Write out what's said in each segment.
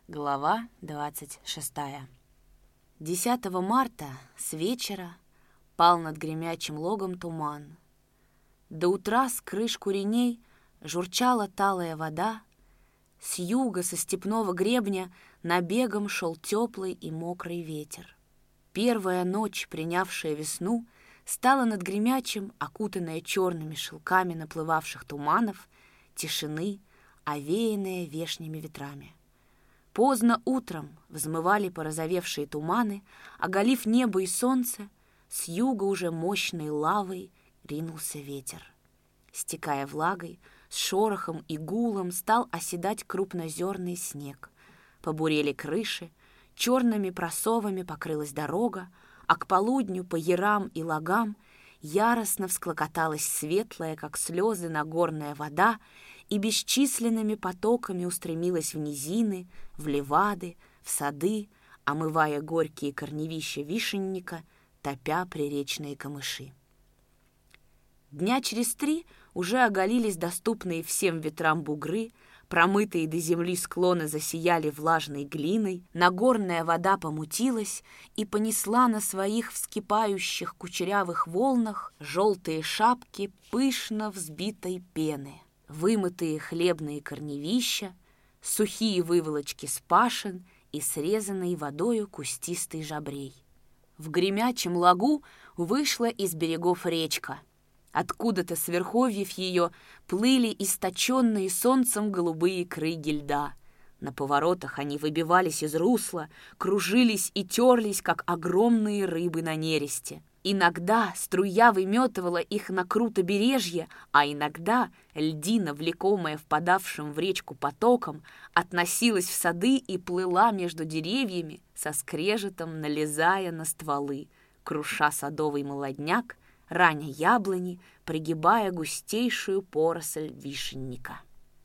Глава 26. 10 марта с вечера пал над гремячим логом туман. До утра с крыш куреней журчала талая вода, с юга, со степного гребня, набегом шел теплый и мокрый ветер. Первая ночь, принявшая весну, стала над гремячим, окутанная черными шелками наплывавших туманов, тишины, овеянная вешними ветрами. Поздно утром взмывали порозовевшие туманы, оголив небо и солнце, с юга уже мощной лавой ринулся ветер. Стекая влагой, с шорохом и гулом стал оседать крупнозерный снег. Побурели крыши, черными просовами покрылась дорога, а к полудню по ярам и лагам яростно всклокоталась светлая, как слезы, нагорная вода, и бесчисленными потоками устремилась в низины, в левады, в сады, омывая горькие корневища вишенника, топя приречные камыши. Дня через 3 уже оголились доступные всем ветрам бугры, промытые до земли склоны засияли влажной глиной, нагорная вода помутилась и понесла на своих вскипающих кучерявых волнах желтые шапки пышно взбитой пены. Вымытые хлебные корневища, сухие выволочки с пашен и срезанный водою кустистый жабрей. В гремячем лагу вышла из берегов речка. Откуда-то с верховьев ее плыли источенные солнцем голубые крыги льда. На поворотах они выбивались из русла, кружились и терлись, как огромные рыбы на нересте. Иногда струя выметывала их на крутобережье, а иногда льдина, влекомая впадавшим в речку потоком, относилась в сады и плыла между деревьями, со скрежетом налезая на стволы, круша садовый молодняк, раня яблони, пригибая густейшую поросль вишенника.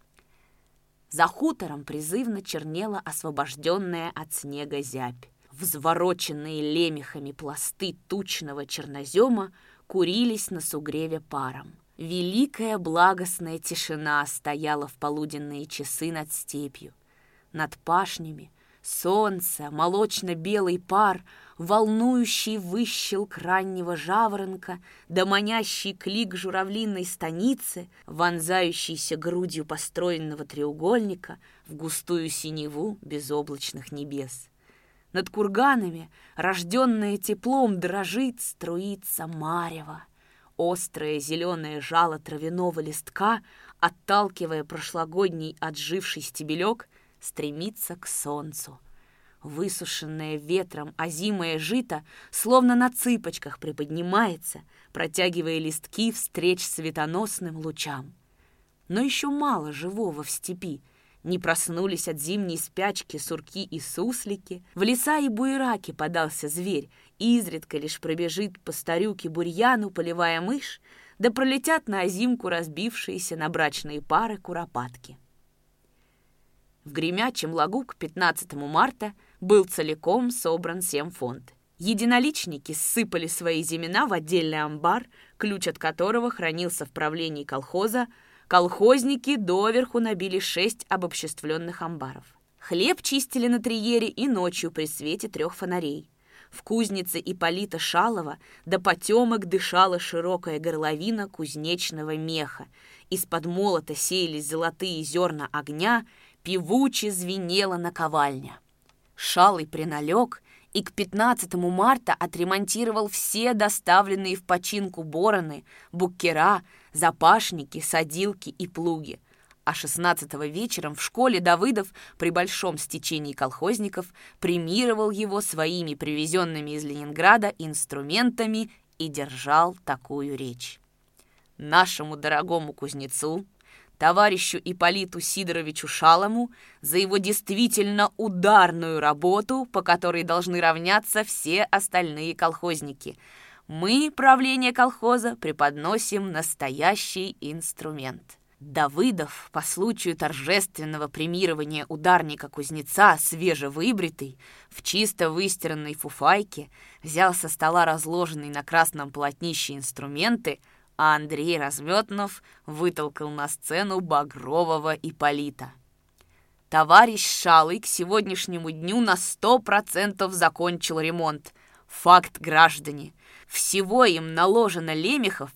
За хутором призывно чернела освобожденная от снега зябь. Взвороченные лемехами пласты тучного чернозема курились на сугреве паром. Великая благостная тишина стояла в полуденные часы над степью. Над пашнями солнце, молочно-белый пар, волнующий выщелк раннего жаворонка, да манящий клик журавлиной станицы, вонзающийся грудью построенного треугольника в густую синеву безоблачных небес. Над курганами, рожденное теплом, дрожит, струится марево. Острое зеленое жало травяного листка, отталкивая прошлогодний отживший стебелек, стремится к солнцу. Высушенное ветром озимое жито словно на цыпочках приподнимается, протягивая листки встреч светоносным лучам. Но еще мало живого в степи. Не проснулись от зимней спячки сурки и суслики, в леса и буераки подался зверь, изредка лишь пробежит по старюке бурьяну полевая мышь, да пролетят на озимку разбившиеся на брачные пары куропатки. В гремячем лагу к 15 марта был целиком собран семфонд. Единоличники ссыпали свои семена в отдельный амбар, ключ от которого хранился в правлении колхоза. Колхозники доверху набили 6 обобществленных амбаров. Хлеб чистили на триере и ночью при свете 3 фонарей. В кузнице Ипполита Шалова до потемок дышала широкая горловина кузнечного меха. Из-под молота сеялись золотые зерна огня, певуче звенела наковальня. Шалый приналег и к 15 марта отремонтировал все доставленные в починку бороны, буккера, запашники, садилки и плуги. А 16-го вечером в школе Давыдов при большом стечении колхозников премировал его своими привезенными из Ленинграда инструментами и держал такую речь. Нашему дорогому кузнецу, товарищу Ипполиту Сидоровичу Шалому, за его действительно ударную работу, по которой должны равняться все остальные колхозники. Мы, правление колхоза, преподносим настоящий инструмент. Давыдов, по случаю торжественного премирования ударника-кузнеца, свежевыбритый, в чисто выстиранной фуфайке, взял со стола разложенные на красном полотнище инструменты, а Андрей Разметнов вытолкал на сцену багрового Ипполита. Товарищ Шалый к сегодняшнему дню на 100% закончил ремонт. Факт, граждане. Всего им наложено лемехов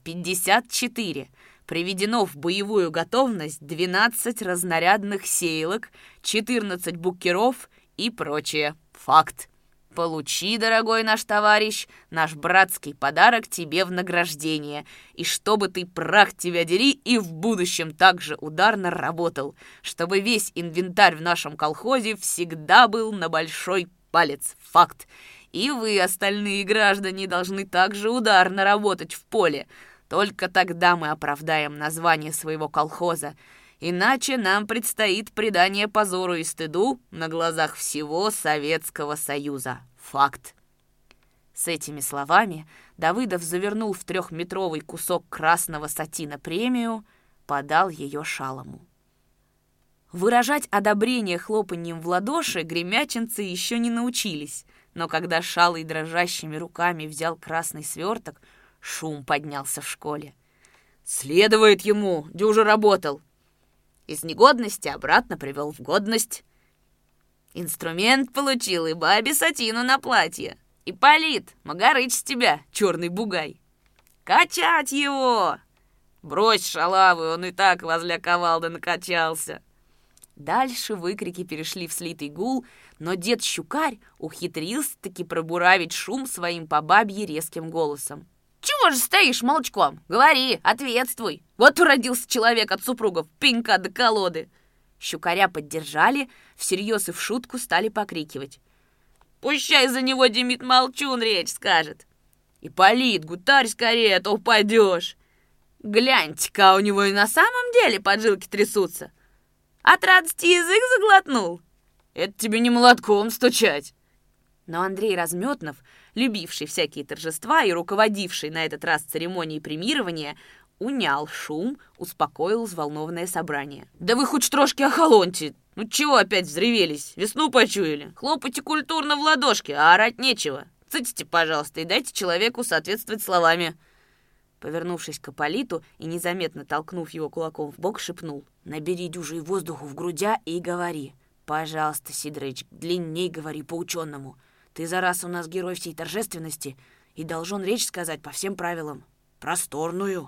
54. Приведено в боевую готовность 12 разнарядных сеялок, 14 букеров и прочее. Факт. Получи, дорогой наш товарищ, наш братский подарок тебе в награждение. И чтобы ты, прах тебя дери, и в будущем также ударно работал. Чтобы весь инвентарь в нашем колхозе всегда был на большой палец. Факт. И вы, остальные граждане, должны также ударно работать в поле. Только тогда мы оправдаем название своего колхоза. Иначе нам предстоит предание позору и стыду на глазах всего Советского Союза. Факт. С этими словами Давыдов завернул в 3-метровый кусок красного сатина премию, подал ее Шалому. Выражать одобрение хлопаньем в ладоши гремячинцы еще не научились, но когда Шалый дрожащими руками взял красный сверток, шум поднялся в школе. «Следует ему, дюже работал!» Из негодности обратно привел в годность. Инструмент получил и бабе сатину на платье. Ипполит, Магарыч с тебя, черный бугай. Качать его! Брось шалавы, он и так возле ковалды накачался. Дальше выкрики перешли в слитый гул, но дед Щукарь ухитрился-таки пробуравить шум своим по бабье резким голосом. «Чего же стоишь молчком? Говори, ответствуй! Вот уродился человек от супругов, пенька до колоды!» Щукаря поддержали, всерьез и в шутку стали покрикивать. «Пущай за него Демид Молчун речь скажет!» «Ипполит, гутарь скорее, а то упадешь!» «Гляньте-ка, у него и на самом деле поджилки трясутся!» «От радости язык заглотнул!» «Это тебе не молотком стучать!» Но Андрей Разметнов, любивший всякие торжества и руководивший на этот раз церемонией премирования, унял шум, успокоил взволнованное собрание. «Да вы хоть трошки охолоньте! Ну чего опять взревелись? Весну почуяли? Хлопайте культурно в ладошки, а орать нечего. Цитите, пожалуйста, и дайте человеку соответствовать словами». Повернувшись к Ипполиту и незаметно толкнув его кулаком в бок, шепнул: «Набери дюжей воздуху в грудя и говори. Пожалуйста, Сидорыч, длинней говори по-ученому. Ты за раз у нас герой всей торжественности и должен речь сказать по всем правилам. Просторную».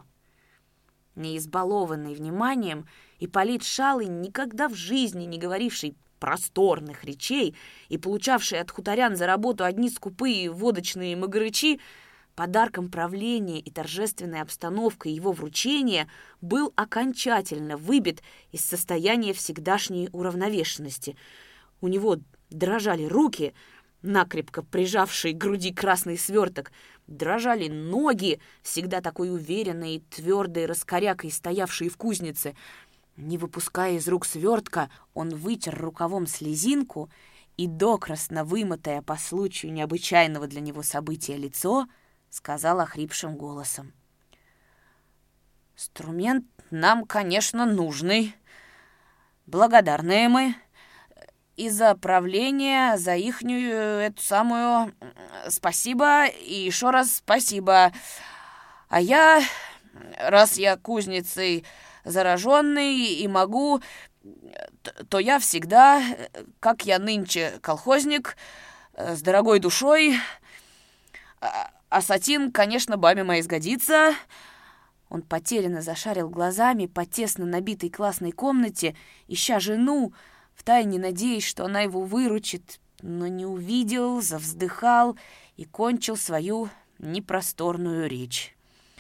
Не избалованный вниманием, Ипполит Шалый, никогда в жизни не говоривший просторных речей и получавший от хуторян за работу одни скупые водочные магарычи, подарком правления и торжественной обстановкой его вручения был окончательно выбит из состояния всегдашней уравновешенности. У него дрожали руки, накрепко прижавшие к груди красный сверток, дрожали ноги, всегда такой уверенной и твердой раскорякой, стоявшие в кузнице. Не выпуская из рук свертка, он вытер рукавом слезинку и, докрасно вымотая по случаю необычайного для него события лицо, сказал охрипшим голосом: «Инструмент нам, конечно, нужный. Благодарные мы. И за правление, за ихнюю эту самую спасибо и еще раз спасибо. А я, раз я кузницей зараженный и могу, то я всегда, как я нынче колхозник, с дорогой душой. А сатин, конечно, бабе моей сгодится». Он потерянно зашарил глазами по тесно набитой классной комнате, ища жену, втайне надеясь, что она его выручит, но не увидел, завздыхал и кончил свою непросторную речь.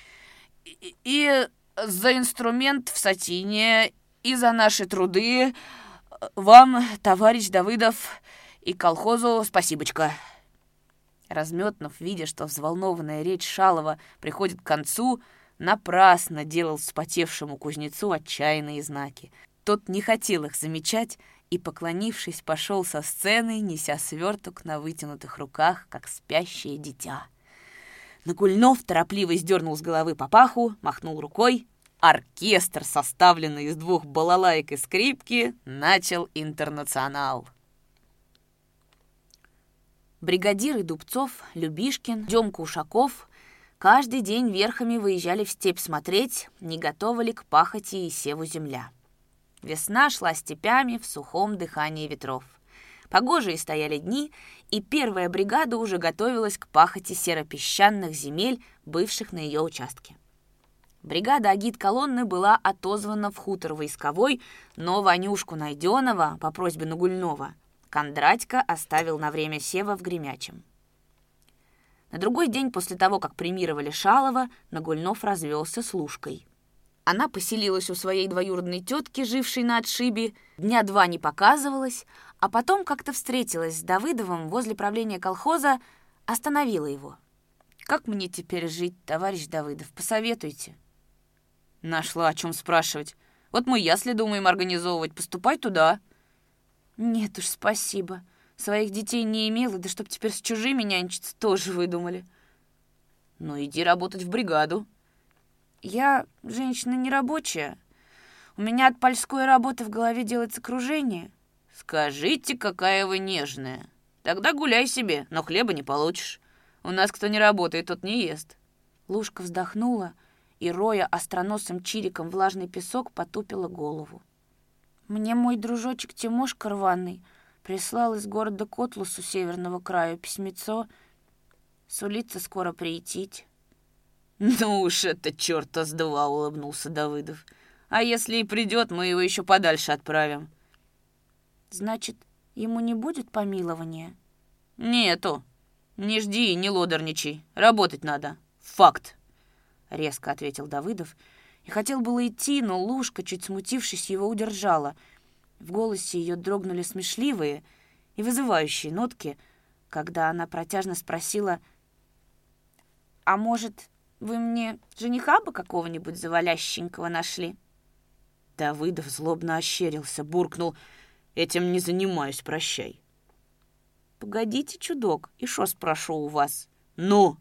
«И за инструмент в сатине, и за наши труды вам, товарищ Давыдов, и колхозу спасибочка». Разметнов, видя, что взволнованная речь Шалова приходит к концу, напрасно делал вспотевшему кузнецу отчаянные знаки. Тот не хотел их замечать и, поклонившись, пошел со сцены, неся сверток на вытянутых руках, как спящее дитя. Нагульнов торопливо сдернул с головы папаху, махнул рукой. Оркестр, составленный из 2 балалаек и скрипки, начал интернационал. Бригадиры Дубцов, Любишкин, Демка Ушаков каждый день верхами выезжали в степь смотреть, не готова ли к пахоте и севу земля. Весна шла степями в сухом дыхании ветров. Погожие стояли дни, и первая бригада уже готовилась к пахоте серо-песчаных земель, бывших на ее участке. Бригада агит-колонны была отозвана в хутор войсковой, но Ванюшку Найденова по просьбе Нагульнова Кондратько оставил на время сева в Гремячем. На другой день после того, как премировали Шалова, Нагульнов развелся с Лушкой. Она поселилась у своей двоюродной тетки, жившей на отшибе, дня два не показывалась, а потом как-то встретилась с Давыдовым возле правления колхоза, остановила его. «Как мне теперь жить, товарищ Давыдов, посоветуйте?» «Нашла о чем спрашивать. Вот мы ясли думаем организовывать, поступай туда». «Нет уж, спасибо. Своих детей не имела, да чтоб теперь с чужими нянчиться, тоже выдумали». «Ну, иди работать в бригаду». «Я женщина нерабочая. У меня от польской работы в голове делается кружение». «Скажите, какая вы нежная. Тогда гуляй себе, но хлеба не получишь. У нас кто не работает, тот не ест». Лушка вздохнула и, роя остроносым чириком влажный песок, потупила голову. «Мне мой дружочек Тимошка рваный прислал из города Котлусу северного края письмецо, сулится скоро приютить». «Ну уж это чёрта с два», — улыбнулся Давыдов. «А если и придет, мы его еще подальше отправим». «Значит, ему не будет помилования?» «Нету. Не жди и не лодорничай. Работать надо. Факт», — резко ответил Давыдов. И хотел было идти, но Лушка, чуть смутившись, его удержала. В голосе ее дрогнули смешливые и вызывающие нотки, когда она протяжно спросила: «А может, вы мне жениха бы какого-нибудь завалященького нашли?» Давыдов злобно ощерился, буркнул: «Этим не занимаюсь, прощай». «Погодите, чудок, и шо спрошу у вас?» «Ну?»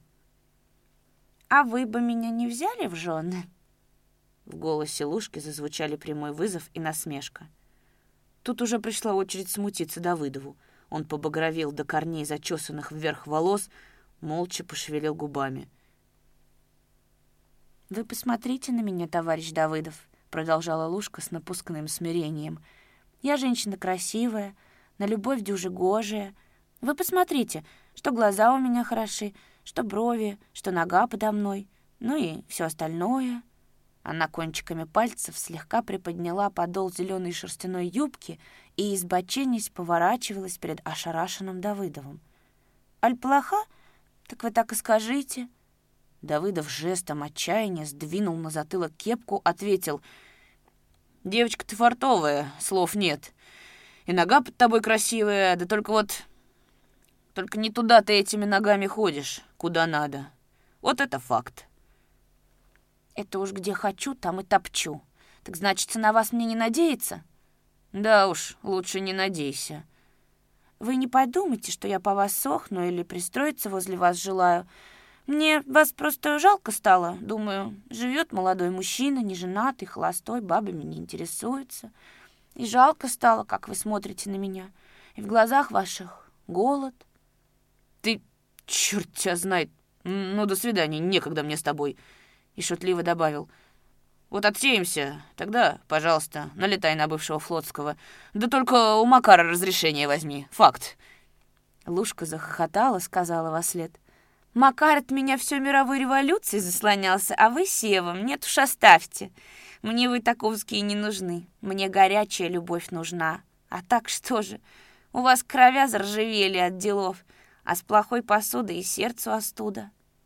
«А вы бы меня не взяли в жены?» В голосе Лушки зазвучали прямой вызов и насмешка. Тут уже пришла очередь смутиться Давыдову. Он побагровел до корней зачесанных вверх волос, молча пошевелил губами. «Вы посмотрите на меня, товарищ Давыдов», — продолжала Лушка с напускным смирением. «Я женщина красивая, на любовь дюже гожая. Вы посмотрите, что глаза у меня хороши, что брови, что нога подо мной, ну и все остальное». Она кончиками пальцев слегка приподняла подол зеленой шерстяной юбки и, избоченясь, поворачивалась перед ошарашенным Давыдовым. «Аль плоха? Так вы так и скажите». Давыдов жестом отчаяния сдвинул на затылок кепку, ответил: «Девочка, ты фартовая, слов нет. И нога под тобой красивая, да только вот... Только не туда ты этими ногами ходишь, куда надо. Вот это факт». «Это уж где хочу, там и топчу. Так значит, на вас мне не надеяться?» «Да уж, лучше не надейся». «Вы не подумайте, что я по вас сохну или пристроиться возле вас желаю. Мне вас просто жалко стало. Думаю, живет молодой мужчина, неженатый, холостой, бабами не интересуется. И жалко стало, как вы смотрите на меня. И в глазах ваших голод». «Ты, черт тебя знает, ну до свидания, некогда мне с тобой». И шутливо добавил: «Вот отсеемся, тогда, пожалуйста, налетай на бывшего флотского. Да только у Макара разрешение возьми, факт». Лушка захохотала, сказала вослед: «Макар от меня всю мировой революцией заслонялся, а вы севом, нет уж, оставьте. Мне вы таковские не нужны, мне горячая любовь нужна. А так что же, у вас кровя заржавели от делов, а с плохой посудой и сердцу остуда».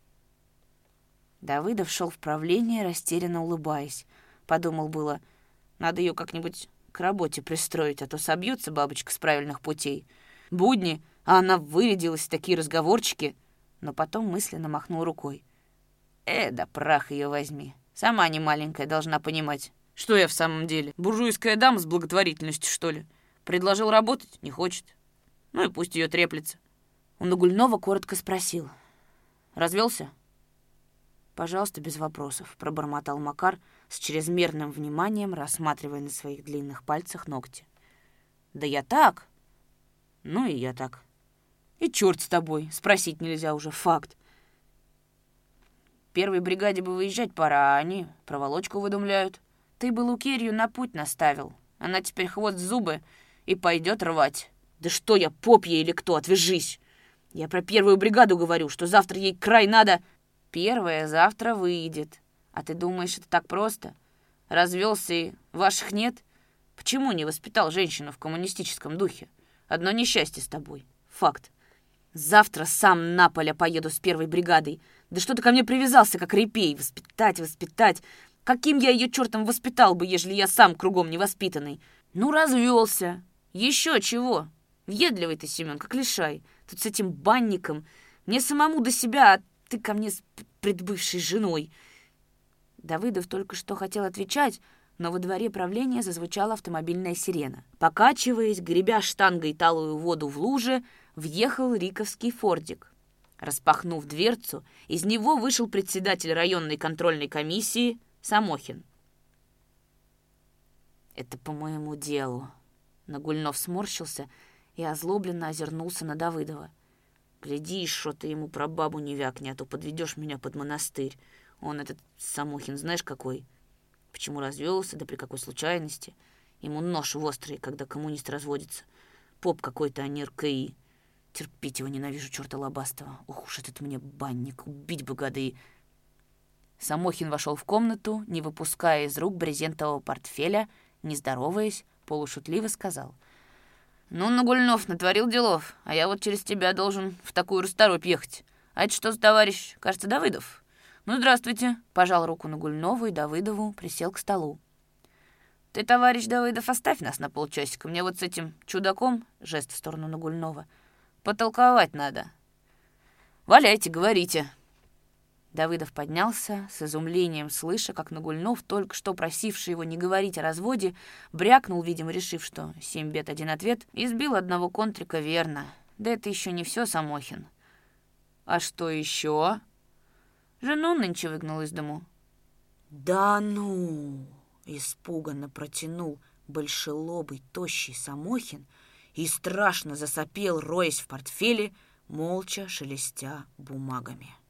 Давыдов шел в правление, растерянно улыбаясь. Подумал было, надо ее как-нибудь к работе пристроить, а то собьется бабочка с правильных путей. Будни, а она вырядилась в такие разговорчики. Но потом мысленно махнул рукой. Да прах ее возьми. Сама не маленькая, должна понимать. Что я в самом деле? Буржуйская дама с благотворительностью, что ли? Предложил работать? Не хочет. Ну и пусть ее треплется. Он у Гульнова коротко спросил: «Развелся?» «Пожалуйста, без вопросов», — пробормотал Макар с чрезмерным вниманием, рассматривая на своих длинных пальцах ногти. «Да я так». «Ну и я так». «И черт с тобой, спросить нельзя уже, факт». «Первой бригаде бы выезжать пора, а они проволочку выдумляют». «Ты бы Лукерью на путь наставил. Она теперь хвост в зубы и пойдет рвать. Да что я, попья или кто, отвяжись. Я про первую бригаду говорю, что завтра ей край надо. Первая завтра выйдет. А ты думаешь, это так просто? Развелся и ваших нет? Почему не воспитал женщину в коммунистическом духе? Одно несчастье с тобой. Факт. Завтра сам на поле поеду с первой бригадой. Да что ты ко мне привязался, как репей? Воспитать. Каким я ее чертом воспитал бы, ежели я сам кругом невоспитанный? Ну, развелся. Еще чего? Въедливый ты, Семен, как лишай. Тут с этим банником. Мне самому до себя, а ты ко мне с предбывшей женой. Давыдов только что хотел отвечать, но во дворе правления зазвучала автомобильная сирена. Покачиваясь, гребя штангой талую воду в луже, въехал риковский фордик. Распахнув дверцу, из него вышел председатель районной контрольной комиссии Самохин. «Это по моему делу». Нагульнов сморщился и озлобленно озернулся на Давыдова. «Гляди, что ты ему про бабу не вякни, а то подведешь меня под монастырь. Он, этот Самохин, знаешь какой? Почему развелся, да при какой случайности? Ему нож в острый, когда коммунист разводится. Поп какой-то, а не РКИ. Терпеть его ненавижу, черта лобастого. Ох уж этот мне банник, убить бы гады». Самохин вошел в комнату, не выпуская из рук брезентового портфеля, не здороваясь, полушутливо сказал: «Ну, Нагульнов, натворил делов, а я вот через тебя должен в такую расторопь ехать. А это что за товарищ? Кажется, Давыдов. Ну, здравствуйте». Пожал руку Нагульнову и Давыдову, присел к столу. «Ты, товарищ Давыдов, оставь нас на полчасика. Мне вот с этим чудаком, жест в сторону Нагульнова, потолковать надо. Валяйте, говорите». Давыдов поднялся, с изумлением слыша, как Нагульнов, только что просивший его не говорить о разводе, брякнул, видимо, решив, что 7 бед, 1 ответ, и сбил одного контрика верно. Да это еще не все, Самохин. «А что еще?» «Жену нынче выгнал из дому». «Да ну!» — испуганно протянул большелобый, тощий Самохин и страшно засопел, роясь в портфеле, молча шелестя бумагами.